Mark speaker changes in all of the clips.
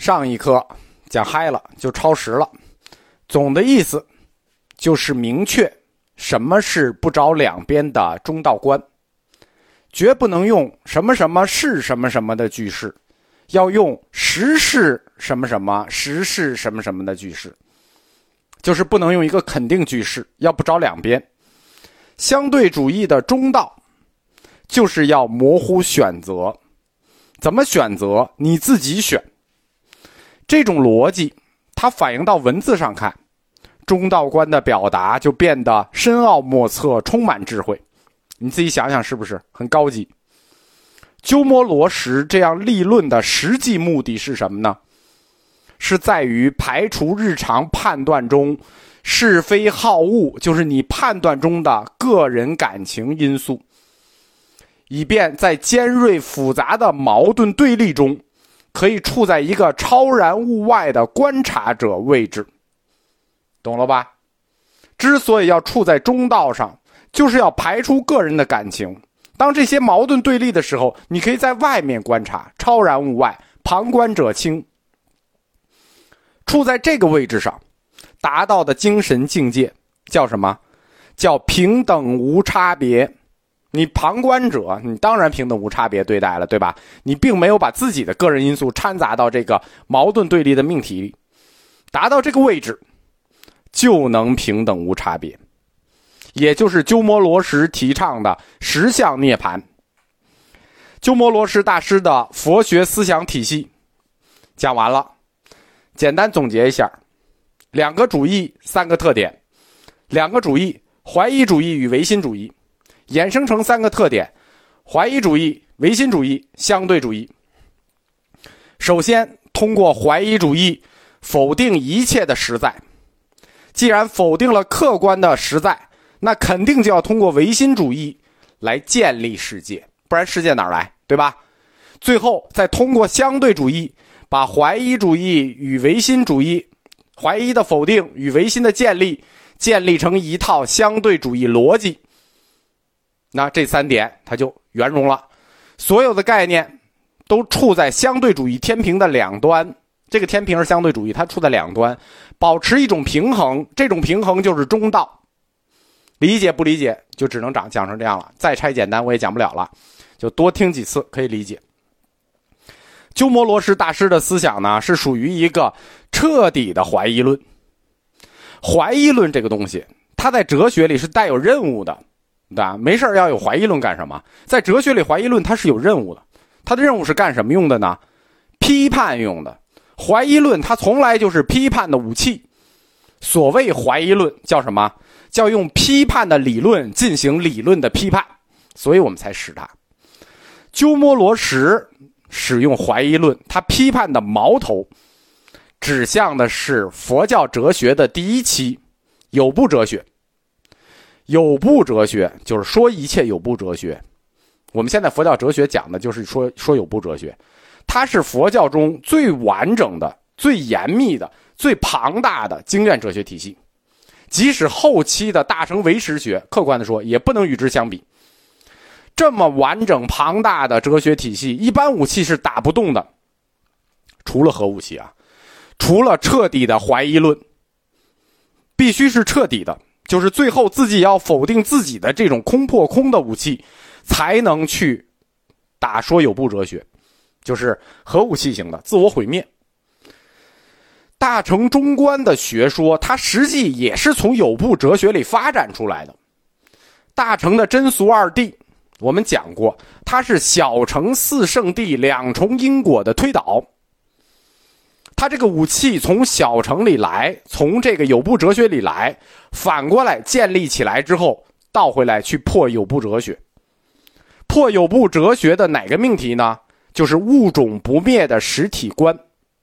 Speaker 1: 上一课讲嗨了，就超时了。总的意思就是明确什么是不着两边的中道观，绝不能用什么什么是什么什么的句式，要用实是什么什么，实是什么什么的句式，就是不能用一个肯定句式，要不着两边。相对主义的中道就是要模糊选择，怎么选择你自己选。这种逻辑它反映到文字上看，中道观的表达就变得深奥莫测，充满智慧。你自己想想是不是很高级？鸠摩罗什这样立论的实际目的是什么呢？是在于排除日常判断中是非好恶，就是你判断中的个人感情因素，以便在尖锐复杂的矛盾对立中可以处在一个超然物外的观察者位置。懂了吧？之所以要处在中道上，就是要排除个人的感情。当这些矛盾对立的时候，你可以在外面观察，超然物外，旁观者清。处在这个位置上达到的精神境界叫什么？叫平等无差别。你旁观者，你当然平等无差别对待了，对吧？你并没有把自己的个人因素掺杂到这个矛盾对立的命题里。达到这个位置就能平等无差别，也就是鸠摩罗什提倡的实相涅槃。鸠摩罗什大师的佛学思想体系讲完了，简单总结一下：两个主义，三个特点。两个主义，怀疑主义与唯心主义，衍生成三个特点：怀疑主义、唯心主义、相对主义。首先，通过怀疑主义否定一切的实在。既然否定了客观的实在，那肯定就要通过唯心主义来建立世界，不然世界哪儿来，对吧？最后再通过相对主义把怀疑主义与唯心主义，怀疑的否定与唯心的建立成一套相对主义逻辑。那这三点它就圆融了，所有的概念都处在相对主义天平的两端。这个天平是相对主义，它处在两端，保持一种平衡，这种平衡就是中道。理解不理解就只能讲成这样了，再拆简单我也讲不了了，就多听几次可以理解。鸠摩罗什大师的思想呢，是属于一个彻底的怀疑论。怀疑论这个东西，它在哲学里是带有任务的，对吧？没事要有怀疑论干什么？在哲学里，怀疑论它是有任务的。它的任务是干什么用的呢？批判用的。怀疑论它从来就是批判的武器。所谓怀疑论叫什么？叫用批判的理论进行理论的批判，所以我们才使它。鸠摩罗什使用怀疑论，他批判的矛头指向的是佛教哲学的第一期，有部哲学。有部哲学就是说一切有部哲学，我们现在佛教哲学讲的就是说有部哲学，它是佛教中最完整的、最严密的、最庞大的经验哲学体系。即使后期的大乘唯识学，客观的说也不能与之相比。这么完整庞大的哲学体系，一般武器是打不动的。除了核武器啊，除了彻底的怀疑论，必须是彻底的，就是最后自己要否定自己的这种空破空的武器，才能去打说有部哲学，就是核武器型的自我毁灭。大乘中观的学说，它实际也是从有部哲学里发展出来的。大乘的真俗二谛我们讲过，它是小乘四圣谛两重因果的推导。它这个武器从小乘里来，从这个有部哲学里来，反过来建立起来之后，倒回来去破有部哲学。破有部哲学的哪个命题呢？就是物种不灭的实体观。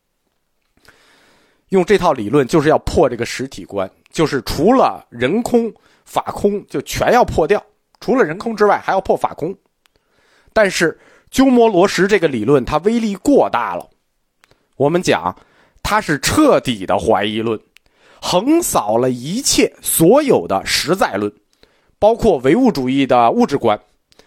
Speaker 1: 用这套理论就是要破这个实体观，就是除了人空法空就全要破掉，除了人空之外还要破法空。但是鸠摩罗什这个理论它威力过大了，我们讲它是彻底的怀疑论，横扫了一切所有的实在论，包括唯物主义的物质观。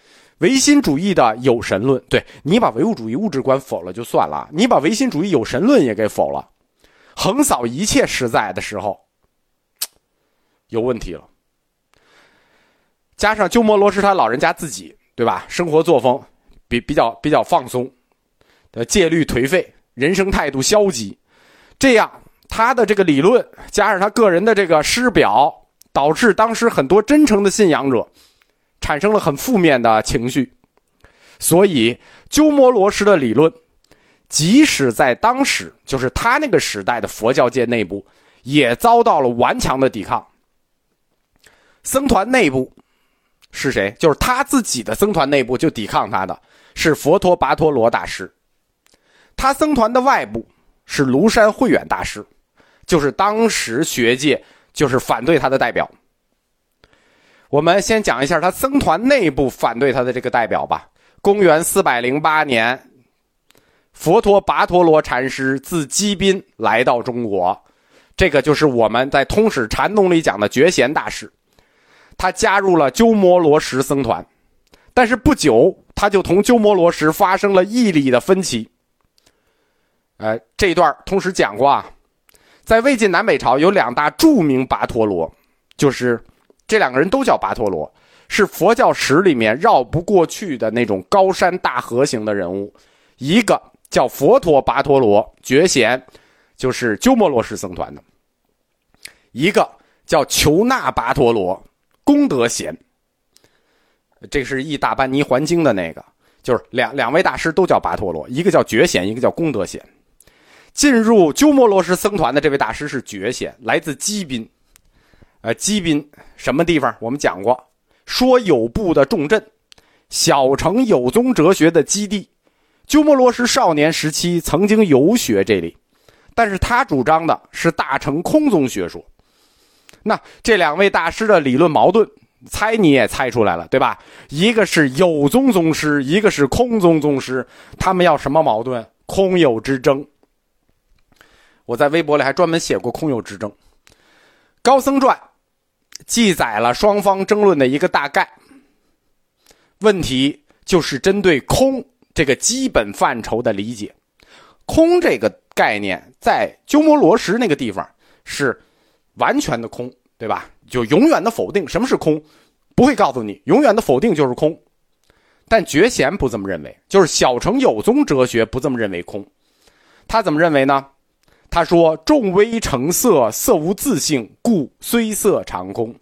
Speaker 1: 唯心主义的有神论，对，你把唯物主义物质观否了就算了，你把唯心主义有神论也给否了，横扫一切实在的时候，有问题了。加上鸠摩罗什他老人家自己，对吧？生活作风比较放松，戒律颓废，人生态度消极，这样他的这个理论加上他个人的这个师表，导致当时很多真诚的信仰者产生了很负面的情绪。所以鸠摩罗什的理论即使在当时，就是他那个时代的佛教界内部，也遭到了顽强的抵抗。僧团内部是谁？就是他自己的僧团内部就抵抗他的是佛陀跋陀罗大师。他僧团的外部是庐山慧远大师，就是当时学界就是反对他的代表。我们先讲一下他僧团内部反对他的这个代表吧。公元408年，佛陀跋陀罗禅师自基宾来到中国，这个就是我们在通史禅宗里讲的觉贤大师。他加入了鸠摩罗什僧团，但是不久他就同鸠摩罗什发生了义理的分歧。这一段通史讲过啊，在魏晋南北朝有两大著名跋陀罗，就是这两个人都叫跋陀罗，是佛教史里面绕不过去的那种高山大河型的人物。一个叫佛陀跋陀罗觉贤，就是鸠摩罗什僧团的；一个叫求那跋陀罗功德贤，这是译大般尼还经的那个，就是两位大师都叫跋陀罗，一个叫觉贤，一个叫功德贤。进入鸠摩罗什僧团的这位大师是觉贤，来自基宾。基宾什么地方？我们讲过，说有部的重镇，小乘有宗哲学的基地。鸠摩罗什少年时期曾经游学这里，但是他主张的是大乘空宗学说。那这两位大师的理论矛盾，猜你也猜出来了，对吧？一个是有宗宗师，一个是空宗宗师，他们要什么矛盾？空有之争。我在微博里还专门写过空有之争。高僧传记载了双方争论的一个大概，问题就是针对空这个基本范畴的理解。空这个概念在鸠摩罗什那个地方是完全的空，对吧？就永远的否定。什么是空？不会告诉你，永远的否定就是空。但觉贤不这么认为，就是小乘有宗哲学不这么认为空。他怎么认为呢？他说众微成色，色无自性，故虽色常空。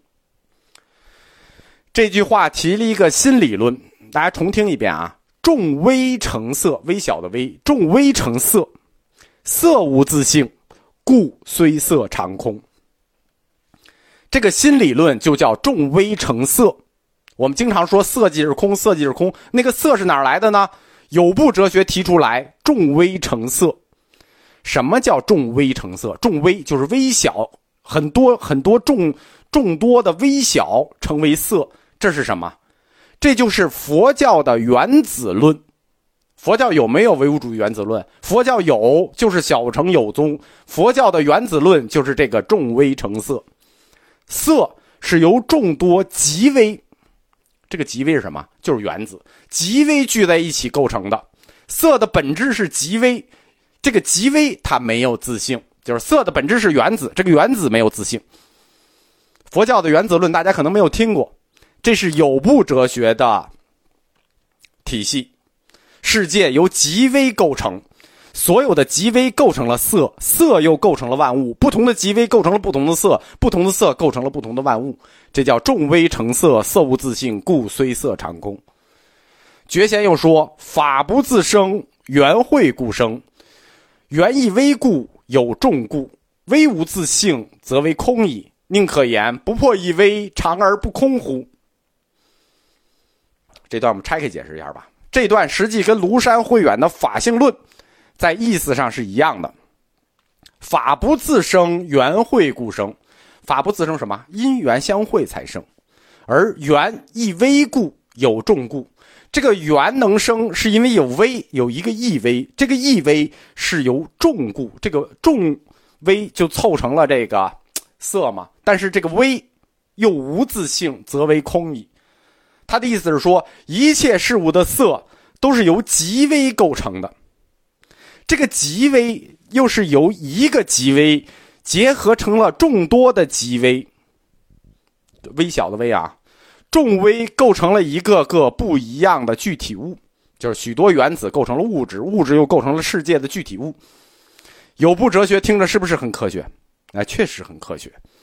Speaker 1: 这句话提了一个新理论，大家重听一遍啊。众微成色，微小的微，众微成色，色无自性，故虽色常空。这个新理论就叫众微成色。我们经常说色即是空，色即是空，那个色是哪儿来的呢？有部哲学提出来，众微成色。什么叫众微成色？众微就是微小，很多众多的微小成为色，这是什么？这就是佛教的原子论。佛教有没有唯物主义原子论？佛教有，就是小乘有宗。佛教的原子论就是这个众微成色。色是由众多极微，这个极微是什么？就是原子，极微聚在一起构成的。色的本质是极微，这个极微它没有自性，就是色的本质是原子，这个原子没有自性。佛教的原子论大家可能没有听过，这是有部哲学的体系。世界由极微构成，所有的极微构成了色，色又构成了万物，不同的极微构成了不同的色，不同的色构成了不同的万物，这叫众微成色，色无自性，故虽色常空。觉贤又说法不自生，缘会故生，缘亦微故，有众故，微无自性，则为空矣。宁可言不破亦微，常而不空乎？这段我们拆开解释一下吧。这段实际跟庐山慧远的法性论在意思上是一样的。法不自生，缘会故生。法不自生什么？因缘相会才生。而缘亦微故，有众故。这个缘能生是因为有微，有一个亦微，这个亦微是由众故，这个众微就凑成了这个色嘛。但是这个微又无自性，则为空矣。 他的意思是说，一切事物的色都是由极微构成的，这个极微又是由一个极微结合成了众多的极微，微小的微啊，众微构成了一个个不一样的具体物，就是许多原子构成了物质，物质又构成了世界的具体物。有部哲学听着是不是很科学？确实很科学。